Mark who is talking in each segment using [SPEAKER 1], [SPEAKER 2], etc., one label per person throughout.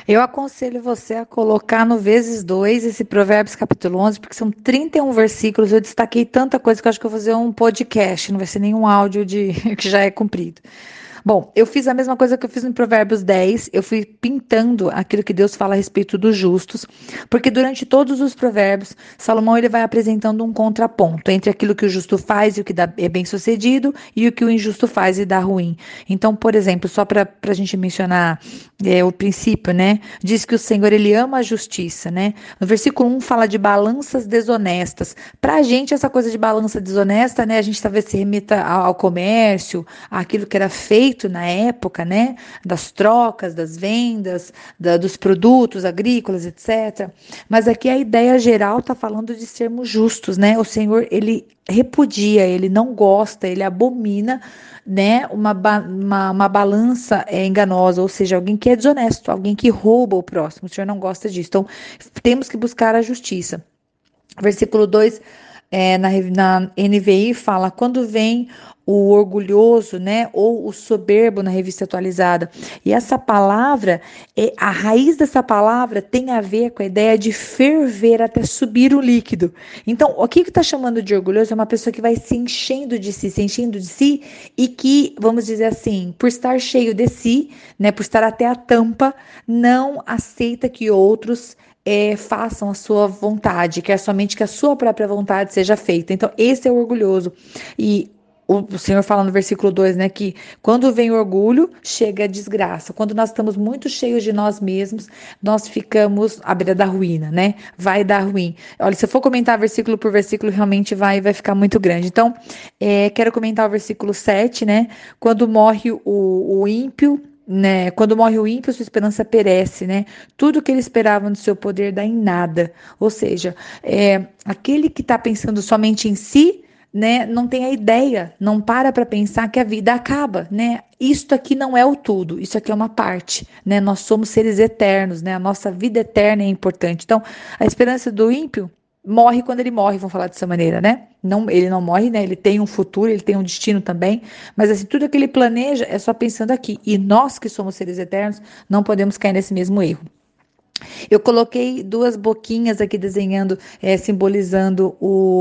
[SPEAKER 1] Eu aconselho você a colocar no vezes 2 esse Provérbios capítulo 11, porque são 31 versículos. Eu destaquei tanta coisa que eu acho que eu vou fazer um podcast, não vai ser nenhum áudio de que já é comprido. Bom, eu fiz a mesma coisa que eu fiz em Provérbios 10, eu fui pintando aquilo que Deus fala a respeito dos justos, porque durante todos os provérbios, Salomão ele vai apresentando um contraponto entre aquilo que o justo faz e o que é bem-sucedido e o que o injusto faz e dá ruim. Então, por exemplo, só para a gente mencionar o princípio, né? Diz que o Senhor ele ama a justiça, né? No versículo 1 fala de balanças desonestas. Para a gente, essa coisa de balança desonesta, né? A gente talvez se remeta ao comércio, àquilo que era feito na época, né? Das trocas, das vendas, dos produtos agrícolas, etc. Mas aqui a ideia geral está falando de sermos justos, né? O Senhor, ele repudia, ele não gosta, ele abomina, né, uma balança enganosa, ou seja, alguém que é desonesto, alguém que rouba o próximo. O Senhor não gosta disso. Então, temos que buscar a justiça. Versículo 2 na NVI fala: quando vem o orgulhoso, né, ou o soberbo na revista atualizada. E essa palavra, a raiz dessa palavra tem a ver com a ideia de ferver até subir o líquido. Então, o que está chamando de orgulhoso é uma pessoa que vai se enchendo de si e que, vamos dizer assim, por estar cheio de si, né, por estar até a tampa, não aceita que outros façam a sua vontade, quer somente que a sua própria vontade seja feita. Então, esse é o orgulhoso. E o Senhor fala no versículo 2, né, que quando vem o orgulho, chega a desgraça. Quando nós estamos muito cheios de nós mesmos, nós ficamos à beira da ruína, né? Vai dar ruim. Olha, se eu for comentar versículo por versículo, realmente vai ficar muito grande. Então, quero comentar o versículo 7, né? Quando morre o ímpio, né? Quando morre o ímpio, sua esperança perece, né? Tudo que ele esperava do seu poder dá em nada. Ou seja, aquele que está pensando somente em si, né? Não tem a ideia, não para pensar que a vida acaba, né? Isto aqui não é o tudo, isso aqui é uma parte, né? Nós somos seres eternos, né? A nossa vida eterna é importante. Então, a esperança do ímpio morre quando ele morre, vamos falar dessa maneira, né? Não, ele não morre, né? Ele tem um futuro, ele tem um destino também, mas assim, tudo que ele planeja é só pensando aqui. E nós que somos seres eternos, não podemos cair nesse mesmo erro. Eu coloquei duas boquinhas aqui desenhando, simbolizando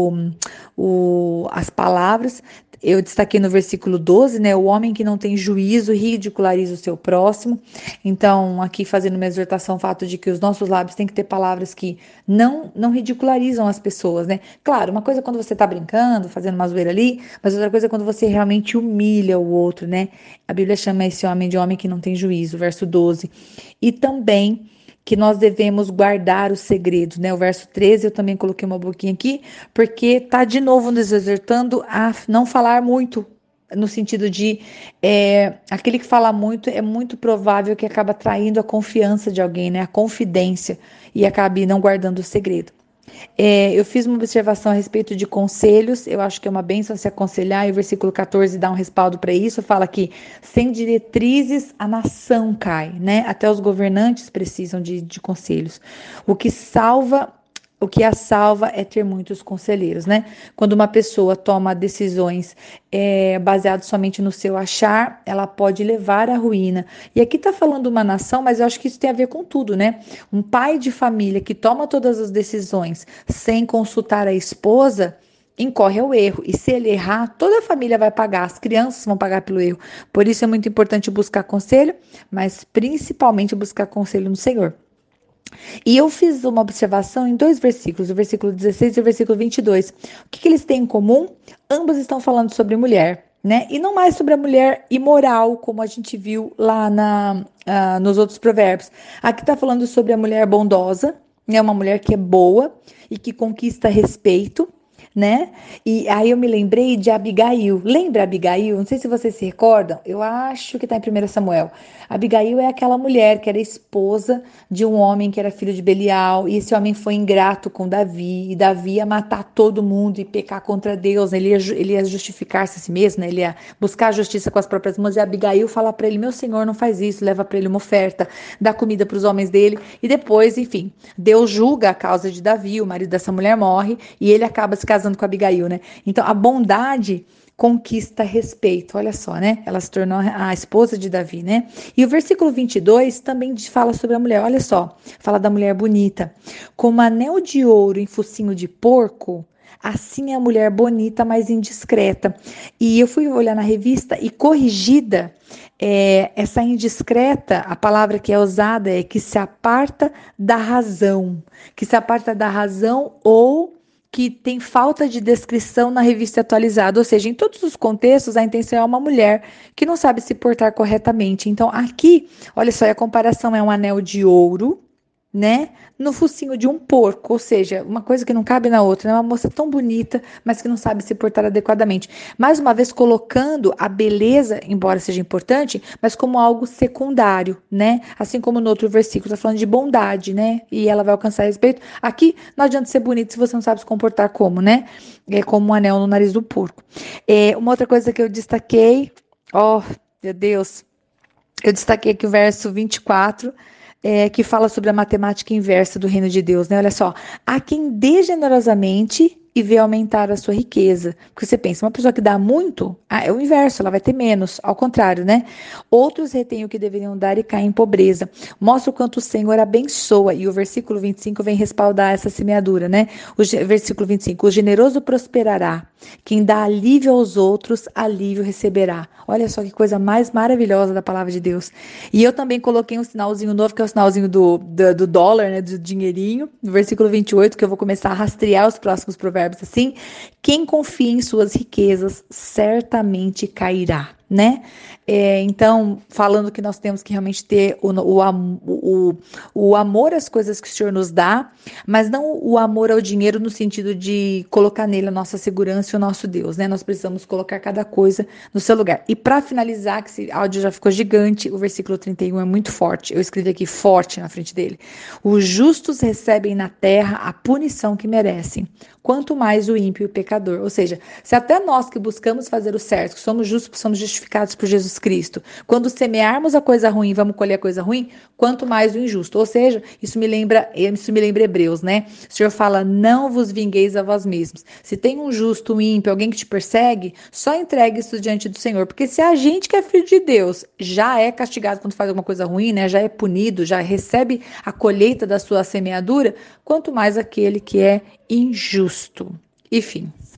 [SPEAKER 1] as palavras. Eu destaquei no versículo 12, né? O homem que não tem juízo ridiculariza o seu próximo. Então, aqui fazendo uma exortação, o fato de que os nossos lábios têm que ter palavras que não ridicularizam as pessoas, né? Claro, uma coisa é quando você tá brincando, fazendo uma zoeira ali, mas outra coisa é quando você realmente humilha o outro, né? A Bíblia chama esse homem de homem que não tem juízo, verso 12. E também que nós devemos guardar os segredos, né? O verso 13 eu também coloquei uma boquinha aqui, porque tá de novo nos exortando a não falar muito, no sentido de aquele que fala muito é muito provável que acaba traindo a confiança de alguém, né? A confidência e acabe não guardando o segredo. Eu fiz uma observação a respeito de conselhos, eu acho que é uma bênção se aconselhar, e o versículo 14 dá um respaldo para isso, fala que sem diretrizes a nação cai, né? Até os governantes precisam de conselhos. O que salva o que a salva é ter muitos conselheiros, né? Quando uma pessoa toma decisões baseadas somente no seu achar, ela pode levar à ruína. E aqui está falando uma nação, mas eu acho que isso tem a ver com tudo, né? Um pai de família que toma todas as decisões sem consultar a esposa incorre ao erro. E se ele errar, toda a família vai pagar, as crianças vão pagar pelo erro. Por isso é muito importante buscar conselho, mas principalmente buscar conselho no Senhor. E eu fiz uma observação em dois versículos, o versículo 16 e o versículo 22. O que eles têm em comum? Ambos estão falando sobre mulher, né? E não mais sobre a mulher imoral, como a gente viu lá nos outros provérbios. Aqui está falando sobre a mulher bondosa, né? Uma mulher que é boa e que conquista respeito, né? E aí eu me lembrei de Abigail. Lembra Abigail? Não sei se vocês se recordam. Eu acho que está em 1 Samuel. Abigail é aquela mulher que era esposa de um homem que era filho de Belial. E esse homem foi ingrato com Davi. E Davi ia matar todo mundo e pecar contra Deus. Ele ia justificar-se a si mesmo, né? Ele ia buscar a justiça com as próprias mãos. E Abigail fala para ele: meu senhor, não faz isso. Leva para ele uma oferta, dá comida para os homens dele. E depois, enfim, Deus julga a causa de Davi. O marido dessa mulher morre e ele acaba se casando com Abigail, né? Então, a bondade conquista respeito. Olha só, né? Ela se tornou a esposa de Davi, né? E o versículo 22 também fala sobre a mulher. Olha só, fala da mulher bonita. Como anel de ouro em focinho de porco, assim é a mulher bonita, mas indiscreta. E eu fui olhar na revista e corrigida, essa indiscreta, a palavra que é usada é que se aparta da razão. Que se aparta da razão ou que tem falta de descrição na revista atualizada, ou seja, em todos os contextos, a intenção é uma mulher que não sabe se portar corretamente. Então, aqui, olha só, a comparação é um anel de ouro, né, no focinho de um porco, ou seja, uma coisa que não cabe na outra, né? Uma moça tão bonita, mas que não sabe se portar adequadamente. Mais uma vez colocando a beleza, embora seja importante, mas como algo secundário, né? Assim como no outro versículo, está falando de bondade, né? E ela vai alcançar respeito. Aqui não adianta ser bonito se você não sabe se comportar como, né? É como um anel no nariz do porco. Uma outra coisa que eu destaquei, oh, meu Deus, eu destaquei aqui o verso 24, que fala sobre a matemática inversa do reino de Deus, né? Olha só, há quem dê generosamente e vê aumentar a sua riqueza. Porque você pensa, uma pessoa que dá muito, é o inverso, ela vai ter menos, ao contrário, né? Outros retêm o que deveriam dar e caem em pobreza. Mostra o quanto o Senhor abençoa, e o versículo 25 vem respaldar essa semeadura, né? Versículo 25, o generoso prosperará, quem dá alívio aos outros, alívio receberá. Olha só que coisa mais maravilhosa da palavra de Deus. E eu também coloquei um sinalzinho novo, que é o sinalzinho do dólar, né, do dinheirinho, no versículo 28, que eu vou começar a rastrear os próximos provérbios assim. Quem confia em suas riquezas certamente cairá, né? Então, falando que nós temos que realmente ter o amor às coisas que o Senhor nos dá, mas não o amor ao dinheiro no sentido de colocar nele a nossa segurança e o nosso Deus, né? Nós precisamos colocar cada coisa no seu lugar. E para finalizar, que esse áudio já ficou gigante, o versículo 31 é muito forte. Eu escrevi aqui forte na frente dele. Os justos recebem na terra a punição que merecem, quanto mais o ímpio e o pecador. Ou seja, se até nós que buscamos fazer o certo, que somos justos, somos justificados por Jesus Cristo, quando semearmos a coisa ruim, vamos colher a coisa ruim, quanto mais o injusto. Ou seja, isso me lembra Hebreus, né? O Senhor fala, não vos vingueis a vós mesmos. Se tem um justo, um ímpio, alguém que te persegue, só entregue isso diante do Senhor. Porque se a gente que é filho de Deus já é castigado quando faz alguma coisa ruim, né? Já é punido, já recebe a colheita da sua semeadura, quanto mais aquele que é injusto. Enfim.